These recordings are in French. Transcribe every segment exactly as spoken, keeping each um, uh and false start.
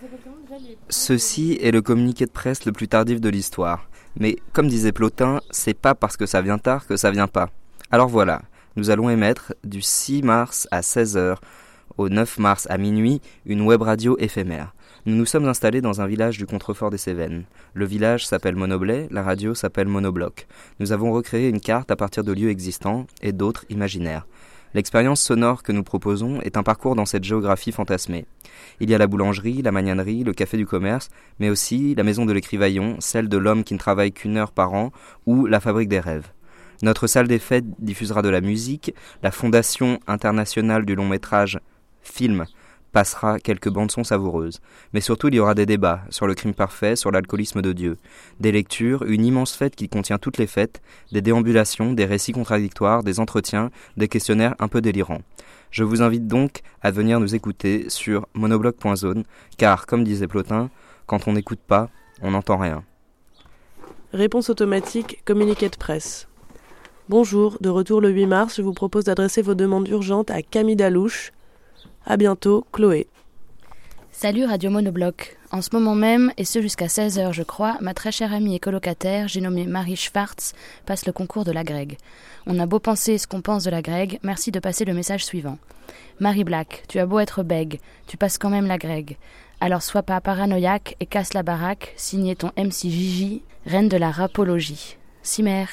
Ceci est le communiqué de presse le plus tardif de l'histoire. Mais comme disait Plotin, c'est pas parce que ça vient tard que ça vient pas. Alors voilà, nous allons émettre du six mars à seize heures au neuf mars à minuit une web radio éphémère. Nous nous sommes installés dans un village du contrefort des Cévennes. Le village s'appelle Monoblet, la radio s'appelle Monobloc. Nous avons recréé une carte à partir de lieux existants et d'autres imaginaires. L'expérience sonore que nous proposons est un parcours dans cette géographie fantasmée. Il y a la boulangerie, la magnanerie, le café du commerce, mais aussi la maison de l'écrivaillon, celle de l'homme qui ne travaille qu'une heure par an, ou la fabrique des rêves. Notre salle des fêtes diffusera de la musique, la Fondation internationale du long métrage Film passera quelques bandes-sons savoureuses. Mais surtout, il y aura des débats sur le crime parfait, sur l'alcoolisme de Dieu. Des lectures, une immense fête qui contient toutes les fêtes, des déambulations, des récits contradictoires, des entretiens, des questionnaires un peu délirants. Je vous invite donc à venir nous écouter sur monobloc point zone, car, comme disait Plotin, quand on n'écoute pas, on n'entend rien. Réponse automatique, communiqué de presse. Bonjour, de retour le huit mars, je vous propose d'adresser vos demandes urgentes à Camille Dalouche. À bientôt, Chloé. Salut Radio Monobloc. En ce moment même, et ce jusqu'à seize heures je crois, ma très chère amie et colocataire, j'ai nommé Marie Schwartz, passe le concours de la Greg. On a beau penser ce qu'on pense de la Greg, merci de passer le message suivant. Marie Black, tu as beau être bègue, tu passes quand même la Greg. Alors sois pas paranoïaque et casse la baraque, signé ton M C Gigi, reine de la rapologie. Cimer.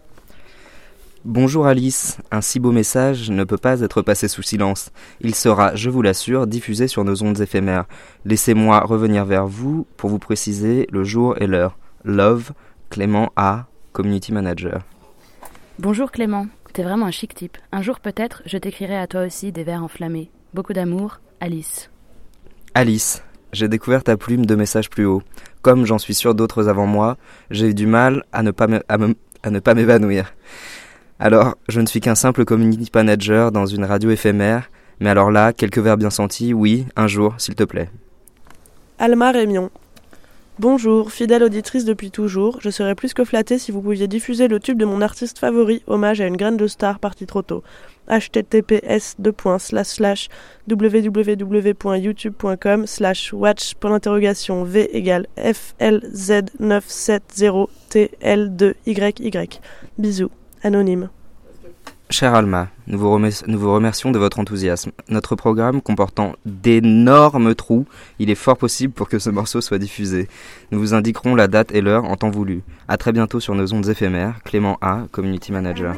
Bonjour Alice, un si beau message ne peut pas être passé sous silence. Il sera, je vous l'assure, diffusé sur nos ondes éphémères. Laissez-moi revenir vers vous pour vous préciser le jour et l'heure. Love, Clément A, Community Manager. Bonjour Clément, t'es vraiment un chic type. Un jour peut-être, je t'écrirai à toi aussi des vers enflammés. Beaucoup d'amour, Alice. Alice, j'ai découvert ta plume de messages plus haut. Comme j'en suis sûr d'autres avant moi, j'ai eu du mal à ne pas, me, à me, à ne pas m'évanouir. Alors, je ne suis qu'un simple community manager dans une radio éphémère, mais alors là, quelques vers bien sentis, oui, un jour, s'il te plaît. Alma Rémion. Bonjour, fidèle auditrice depuis toujours, je serais plus que flattée si vous pouviez diffuser le tube de mon artiste favori, hommage à une graine de star partie trop tôt. h t t p s deux points slash slash w w w point youtube point com slash watch pour l'interrogation v égale f l z neuf sept zéro t l deux y y. Bisous. Anonyme. Chère Alma, nous vous, remer- nous vous remercions de votre enthousiasme. Notre programme comportant d'énormes trous, il est fort possible pour que ce morceau soit diffusé. Nous vous indiquerons la date et l'heure en temps voulu. À très bientôt sur nos ondes éphémères. Clément A, Community Manager.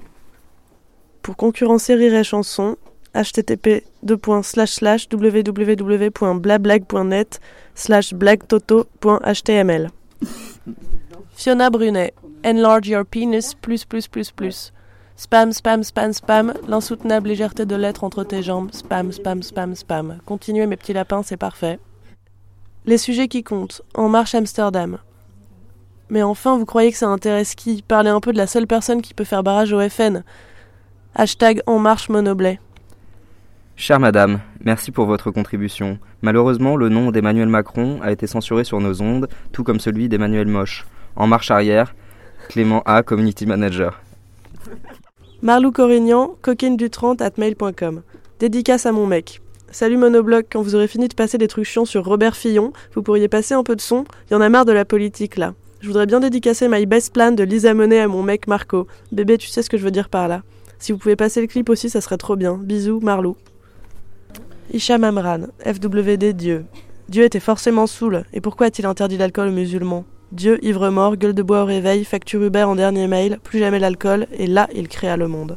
Pour concurrencer Rire et Chanson, h t t p deux points slash slash w w w point blablag point net slash blagtoto point h t m l. Fiona Brunet. Enlarge your penis, plus, plus, plus, plus. Spam, spam, spam, spam. L'insoutenable légèreté de l'être entre tes jambes. Spam, spam, spam, spam. Continuez mes petits lapins, c'est parfait. Les sujets qui comptent. En marche Amsterdam. Mais enfin, vous croyez que ça intéresse qui ? Parlez un peu de la seule personne qui peut faire barrage au F N. Hashtag En marche Monoblet. Chère madame, merci pour votre contribution. Malheureusement, le nom d'Emmanuel Macron a été censuré sur nos ondes, tout comme celui d'Emmanuel Moche. En marche arrière, Clément A, Community Manager. Marlou Corignan, coquine du trente at mail point com. Dédicace à mon mec. Salut Monobloc, quand vous aurez fini de passer des trucs chiants sur Robert Fillon, vous pourriez passer un peu de son, y en a marre de la politique là. Je voudrais bien dédicacer My Best Plan de Lisa Monet à mon mec Marco. Bébé, tu sais ce que je veux dire par là. Si vous pouvez passer le clip aussi, ça serait trop bien. Bisous, Marlou. Hicham Amran, F W D Dieu. Dieu était forcément saoul, et pourquoi a-t-il interdit l'alcool aux musulmans ? Dieu, ivre-mort, gueule de bois au réveil, facture Uber en dernier mail, plus jamais l'alcool, et là, il créa le monde.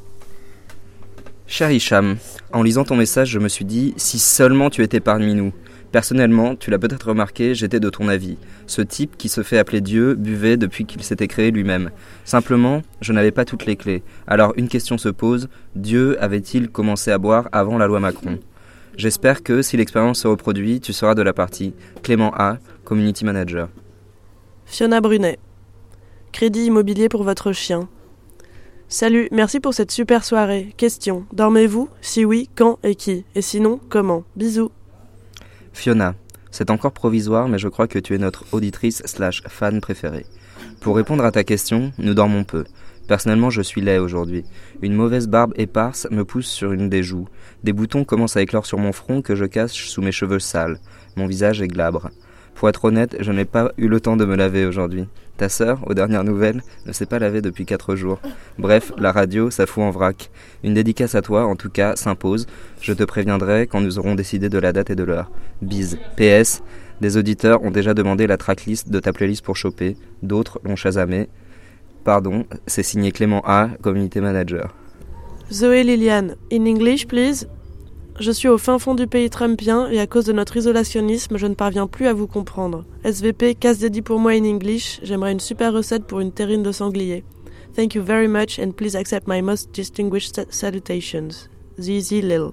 Cher Hicham, en lisant ton message, je me suis dit, si seulement tu étais parmi nous. Personnellement, tu l'as peut-être remarqué, j'étais de ton avis. Ce type qui se fait appeler Dieu buvait depuis qu'il s'était créé lui-même. Simplement, je n'avais pas toutes les clés. Alors une question se pose, Dieu avait-il commencé à boire avant la loi Macron ? J'espère que, si l'expérience se reproduit, tu seras de la partie. Clément A, Community Manager. Fiona Brunet. Crédit immobilier pour votre chien. Salut, merci pour cette super soirée. Question, dormez-vous ? Si oui, quand et qui ? Et sinon, comment ? Bisous. Fiona, c'est encore provisoire, mais je crois que tu es notre auditrice slash fan préférée. Pour répondre à ta question, nous dormons peu. Personnellement, je suis laid aujourd'hui. Une mauvaise barbe éparse me pousse sur une des joues. Des boutons commencent à éclore sur mon front que je cache sous mes cheveux sales. Mon visage est glabre. Pour être honnête, je n'ai pas eu le temps de me laver aujourd'hui. Ta sœur, aux dernières nouvelles, ne s'est pas lavée depuis quatre jours. Bref, la radio, ça fout en vrac. Une dédicace à toi, en tout cas, s'impose. Je te préviendrai quand nous aurons décidé de la date et de l'heure. Bise. P S. Des auditeurs ont déjà demandé la tracklist de ta playlist pour choper. D'autres l'ont chasamé. Pardon, c'est signé Clément A, Community Manager. Zoé Liliane, in English, please. Je suis au fin fond du pays trumpien et à cause de notre isolationnisme, je ne parviens plus à vous comprendre. S V P, casse dédié pour moi in English, j'aimerais une super recette pour une terrine de sanglier. Thank you very much and please accept my most distinguished salutations. Zizi Lil.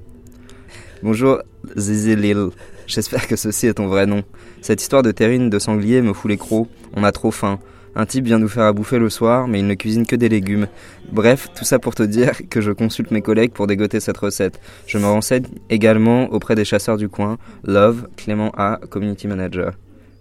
Bonjour, Zizi Lil. J'espère que ceci est ton vrai nom. Cette histoire de terrine de sanglier me fout les crocs. On a trop faim. Un type vient nous faire à bouffer le soir, mais il ne cuisine que des légumes. Bref, tout ça pour te dire que je consulte mes collègues pour dégoter cette recette. Je me renseigne également auprès des chasseurs du coin. Love, Clément A, Community Manager.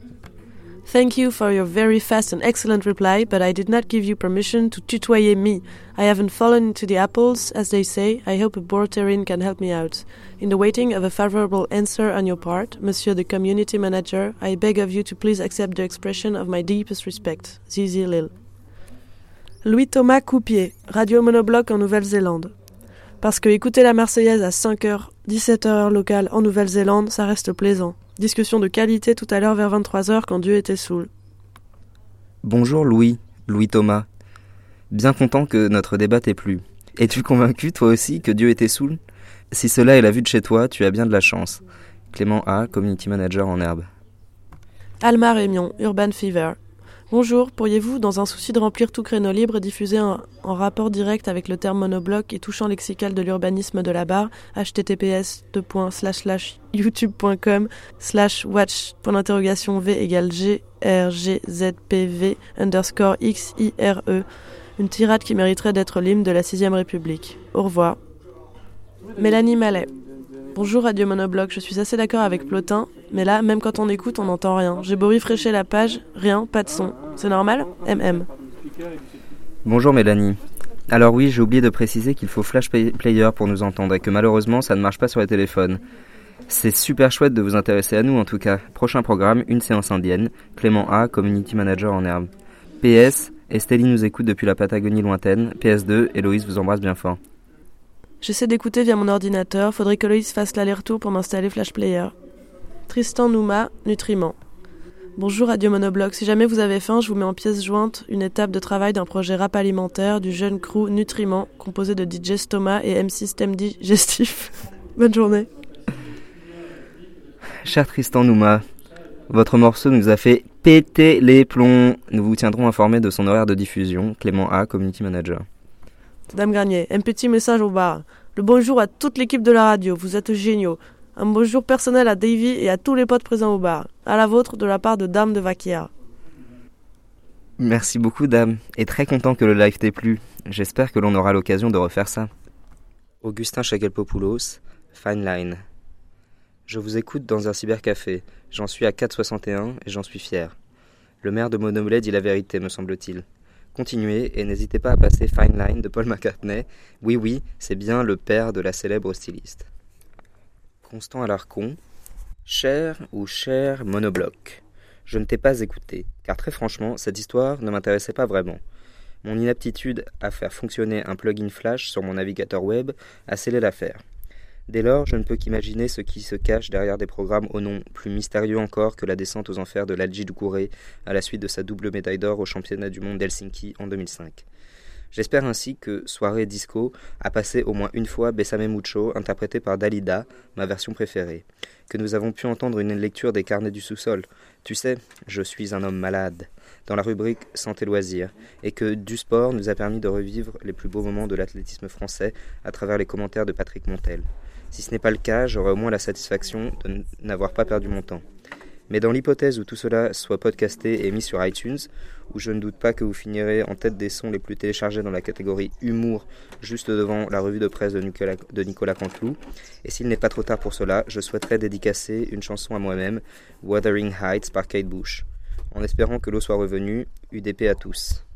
Thank you for your very fast and excellent reply, but I did not give you permission to tutoyer me. I haven't fallen into the apples, as they say. I hope a boar terrine can help me out. In the waiting of a favorable answer on your part, Monsieur the Community Manager, I beg of you to please accept the expression of my deepest respect. Zizi Lil. Louis-Thomas Coupier, Radio Monobloc en Nouvelle-Zélande. Parce que écouter la Marseillaise à cinq heures, dix-sept heures heure locale en Nouvelle-Zélande, ça reste plaisant. Discussion de qualité tout à l'heure vers vingt-trois heures quand Dieu était saoul. Bonjour Louis, Louis Thomas. Bien content que notre débat t'ait plu. Es-tu convaincu toi aussi que Dieu était saoul ? Si cela est la vue de chez toi, tu as bien de la chance. Clément A, Community Manager en herbe. Alma Rémion, Urban Fever. Bonjour, pourriez-vous, dans un souci de remplir tout créneau libre, diffuser un, en rapport direct avec le terme monobloc et touchant lexical de l'urbanisme de la barre, https youtube.com slash watch point d'interrogation v égale g r g z p v underscore x i r e, une tirade qui mériterait d'être l'hymne de la sixième République. Au revoir. Mélanie Mallet. Bonjour Radio Monobloc, je suis assez d'accord avec Plotin, mais là, même quand on écoute, on n'entend rien. J'ai beau refresher la page, rien, pas de son. C'est normal ? M M. Bonjour Mélanie. Alors oui, j'ai oublié de préciser qu'il faut Flash Player pour nous entendre et que malheureusement, ça ne marche pas sur les téléphones. C'est super chouette de vous intéresser à nous en tout cas. Prochain programme, une séance indienne. Clément A, Community Manager en herbe. P S, Estélie nous écoute depuis la Patagonie lointaine. P S deux, Héloïse vous embrasse bien fort. J'essaie d'écouter via mon ordinateur, faudrait que Loïs fasse l'aller-retour pour m'installer Flash Player. Tristan Nouma, Nutriments. Bonjour Radio Monobloc, si jamais vous avez faim, je vous mets en pièce jointe une étape de travail d'un projet rap alimentaire du jeune crew Nutriments, composé de D J Stoma et M C System Digestif. Bonne journée. Cher Tristan Nouma, votre morceau nous a fait péter les plombs. Nous vous tiendrons informés de son horaire de diffusion. Clément A, Community Manager. Dame Granier, un petit message au bar. Le bonjour à toute l'équipe de la radio, vous êtes géniaux. Un bonjour personnel à Davy et à tous les potes présents au bar. À la vôtre de la part de Dame de Vaquière. Merci beaucoup Dame, et très content que le live t'ait plu. J'espère que l'on aura l'occasion de refaire ça. Augustin Chagelpopoulos, Fine Line. Je vous écoute dans un cybercafé. J'en suis à quatre soixante et un et j'en suis fier. Le maire de Monoblet dit la vérité, me semble-t-il. Continuez et n'hésitez pas à passer Fine Line de Paul McCartney. Oui, oui, c'est bien le père de la célèbre styliste. Constant Alarcon. Cher ou cher Monobloc, je ne t'ai pas écouté, car très franchement, cette histoire ne m'intéressait pas vraiment. Mon inaptitude à faire fonctionner un plugin Flash sur mon navigateur web a scellé l'affaire. Dès lors, je ne peux qu'imaginer ce qui se cache derrière des programmes au nom plus mystérieux encore que la descente aux enfers de Lalji Doucouré à la suite de sa double médaille d'or au championnat du monde d'Helsinki en deux mille cinq. J'espère ainsi que Soirée Disco a passé au moins une fois Bessame Mucho, interprété par Dalida, ma version préférée, que nous avons pu entendre une lecture des carnets du sous-sol. Tu sais, je suis un homme malade, dans la rubrique Santé Loisirs, et que Du Sport nous a permis de revivre les plus beaux moments de l'athlétisme français à travers les commentaires de Patrick Montel. Si ce n'est pas le cas, j'aurai au moins la satisfaction de n'avoir pas perdu mon temps. Mais dans l'hypothèse où tout cela soit podcasté et mis sur iTunes, où je ne doute pas que vous finirez en tête des sons les plus téléchargés dans la catégorie humour, juste devant la revue de presse de Nicolas, de Nicolas Canteloup, et s'il n'est pas trop tard pour cela, je souhaiterais dédicacer une chanson à moi-même, Wuthering Heights par Kate Bush. En espérant que l'eau soit revenue, U D P à tous.